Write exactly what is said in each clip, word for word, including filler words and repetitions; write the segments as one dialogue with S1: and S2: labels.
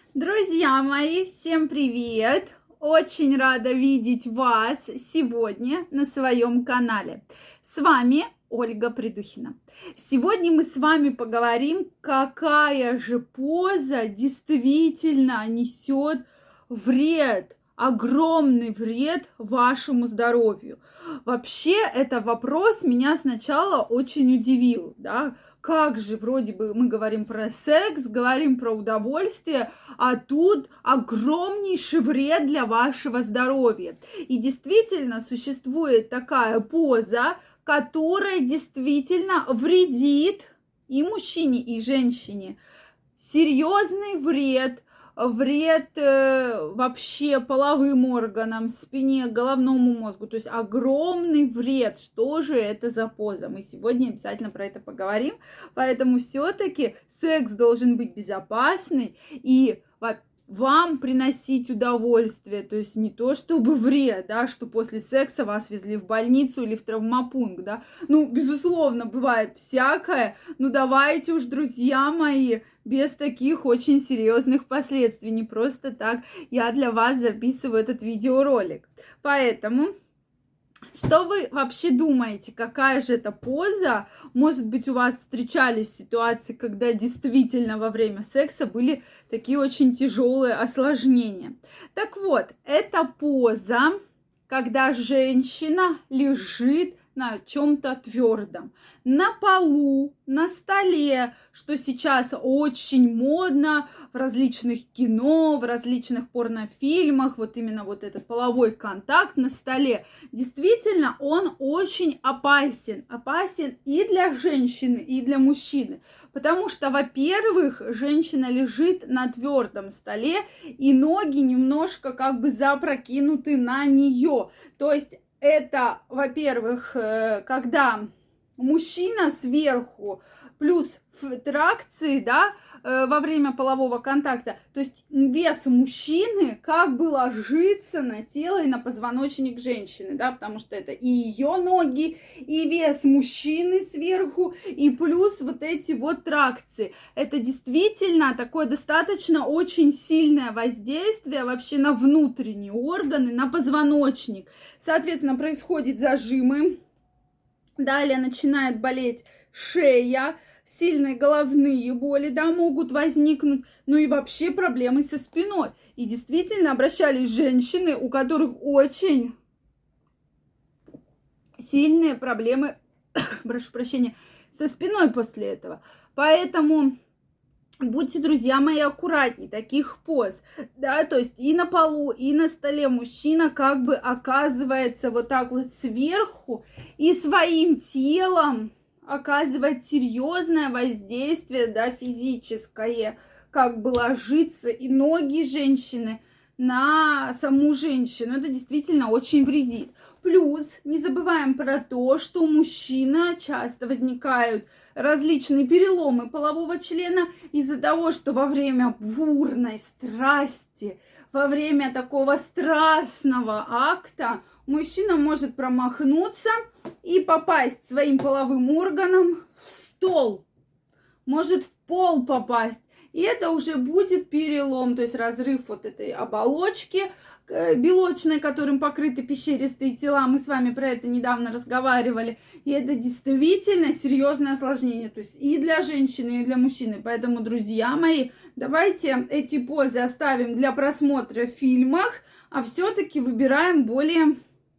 S1: Друзья мои, всем привет! Очень рада видеть вас сегодня на своем канале. С вами Ольга Придухина. Сегодня мы с вами поговорим, какая же поза действительно несет вред, огромный вред вашему здоровью. Вообще, этот вопрос меня сначала очень удивил, да, как же вроде бы мы говорим про секс, говорим про удовольствие, а тут огромнейший вред для вашего здоровья. И действительно существует такая поза, которая действительно вредит и мужчине, и женщине. Серьезный вред, вред э, вообще половым органам, спине, головному мозгу. То есть огромный вред. Что же это за поза? Мы сегодня обязательно про это поговорим. Поэтому все-таки секс должен быть безопасный и вам приносить удовольствие, то есть не то чтобы вред, да, что после секса вас везли в больницу или в травмопункт, да, ну, безусловно, бывает всякое, но давайте уж, друзья мои, без таких очень серьезных последствий, не просто так я для вас записываю этот видеоролик, поэтому... Что вы вообще думаете, какая же это поза? Может быть, у вас встречались ситуации, когда действительно во время секса были такие очень тяжелые осложнения. Так вот, это поза, когда женщина лежит на чем-то твердом, на полу, на столе, что сейчас очень модно в различных кино, в различных порнофильмах, вот именно вот этот половой контакт на столе. Действительно, он очень опасен, опасен и для женщины, и для мужчины, потому что, во-первых, женщина лежит на твердом столе, и ноги немножко как бы запрокинуты на нее, то есть это, во-первых, когда мужчина сверху плюс в тракции, да, во время полового контакта, то есть вес мужчины как бы ложится на тело и на позвоночник женщины, да, потому что это и ее ноги, и вес мужчины сверху, и плюс вот эти вот тракции. Это действительно такое достаточно очень сильное воздействие вообще на внутренние органы, на позвоночник. Соответственно, происходят зажимы, далее начинает болеть шея, сильные головные боли, да, могут возникнуть, ну и вообще проблемы со спиной. И действительно обращались женщины, у которых очень сильные проблемы, прошу прощения, со спиной после этого. Поэтому будьте, друзья мои, аккуратней таких поз, да, то есть и на полу, и на столе мужчина как бы оказывается вот так вот сверху и своим телом оказывает серьезное воздействие, да, физическое, как бы ложится и ноги женщины на саму женщину. Это действительно очень вредит. Плюс не забываем про то, что у мужчины часто возникают различные переломы полового члена из-за того, что во время бурной страсти, во время такого страстного акта мужчина может промахнуться и попасть своим половым органом в стол, может в пол попасть. И это уже будет перелом, то есть разрыв вот этой оболочки белочной, которым покрыты пещеристые тела. Мы с вами про это недавно разговаривали. И это действительно серьезное осложнение. То есть и для женщины, и для мужчины. Поэтому, друзья мои, давайте эти позы оставим для просмотра в фильмах, а все-таки выбираем более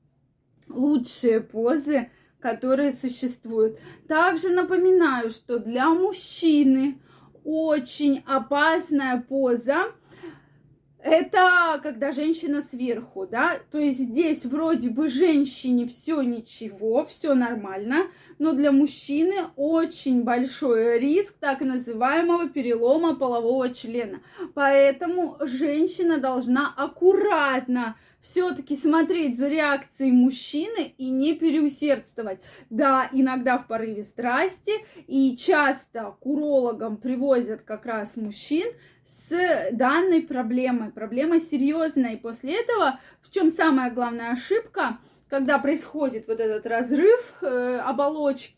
S1: лучшие позы, которые существуют. Также напоминаю, что для мужчины очень опасная поза — это когда женщина сверху, да, то есть здесь вроде бы женщине все ничего, все нормально, но для мужчины очень большой риск так называемого перелома полового члена. Поэтому женщина должна аккуратно все-таки смотреть за реакцией мужчины и не переусердствовать. Да, иногда в порыве страсти, и часто к урологам привозят как раз мужчин с данной проблемой. Проблема серьезная. И после этого, в чем самая главная ошибка, когда происходит вот этот разрыв э, оболочки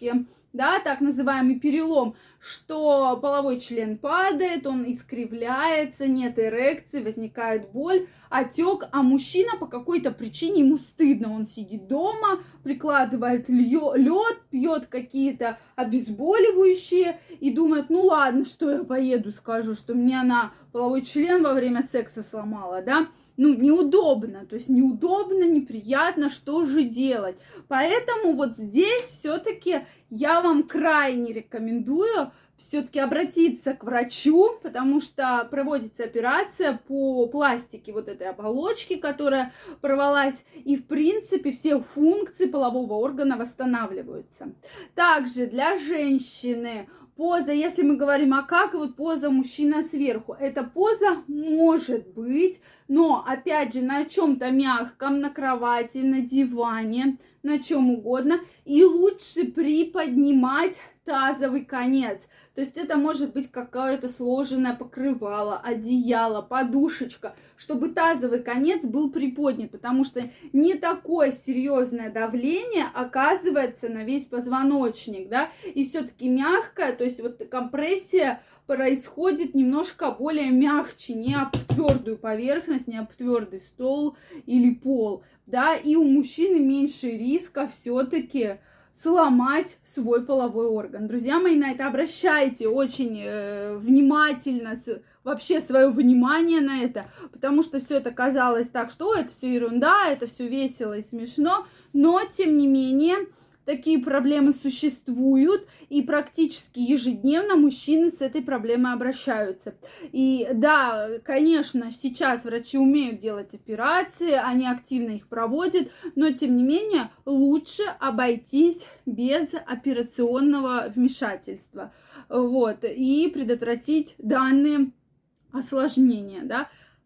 S1: да, так называемый перелом, что половой член падает, он искривляется, нет эрекции, возникает боль, отек, а мужчина по какой-то причине, ему стыдно, он сидит дома, прикладывает лед, пьет какие-то обезболивающие и думает, ну ладно, что я поеду, скажу, что мне она половой член во время секса сломала, да, ну, неудобно, то есть неудобно, неприятно, что же делать? Поэтому вот здесь все-таки я вам крайне рекомендую все-таки обратиться к врачу, потому что проводится операция по пластике вот этой оболочки, которая порвалась, и, в принципе, все функции полового органа восстанавливаются. Также для женщины поза, если мы говорим, а как вот поза мужчина сверху, эта поза может быть, но, опять же, на чем-то мягком, на кровати, на диване, на чем угодно, и лучше приподнимать тазовый конец. То есть это может быть какое-то сложенное покрывало, одеяло, подушечка, чтобы тазовый конец был приподнят, потому что не такое серьезное давление оказывается на весь позвоночник, да, и все-таки мягкое, то есть вот компрессия происходит немножко более мягче, не об твердую поверхность, не об твердый стол или пол, да, и у мужчины меньше риска все-таки сломать свой половой орган. Друзья мои, на это обращайте очень э, внимательно с, вообще свое внимание на это, потому что все это казалось так, что это все ерунда, это все весело и смешно, но тем не менее такие проблемы существуют, и практически ежедневно мужчины с этой проблемой обращаются. И да, конечно, сейчас врачи умеют делать операции, они активно их проводят, но тем не менее лучше обойтись без операционного вмешательства, вот, и предотвратить данные осложнения, да.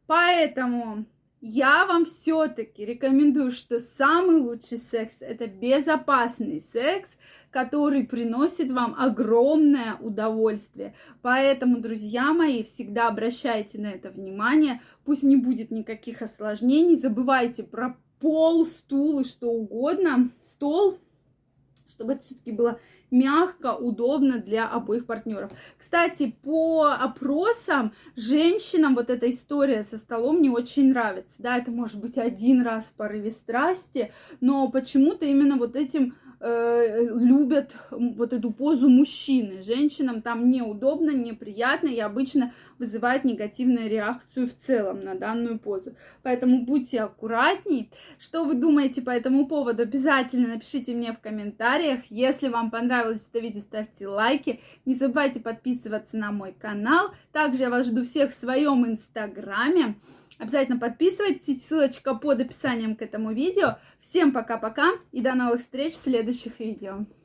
S1: Поэтому я вам все-таки рекомендую, что самый лучший секс – это безопасный секс, который приносит вам огромное удовольствие. Поэтому, друзья мои, всегда обращайте на это внимание. Пусть не будет никаких осложнений. Забывайте про пол, стул и что угодно. Стол, чтобы это все-таки было мягко, удобно для обоих партнеров. Кстати, по опросам женщинам вот эта история со столом не очень нравится. Да, это может быть один раз в порыве страсти, но почему-то именно вот этим э, любят вот эту позу мужчины. Женщинам там неудобно, неприятно и обычно вызывает негативную реакцию в целом на данную позу. Поэтому будьте аккуратней. Что вы думаете по этому поводу? Обязательно напишите мне в комментариях. Если вам понравилось это видео, ставьте лайки. Не забывайте подписываться на мой канал. Также я вас жду всех в своем инстаграме. Обязательно подписывайтесь. Ссылочка под описанием к этому видео. Всем пока-пока и до новых встреч в следующих видео.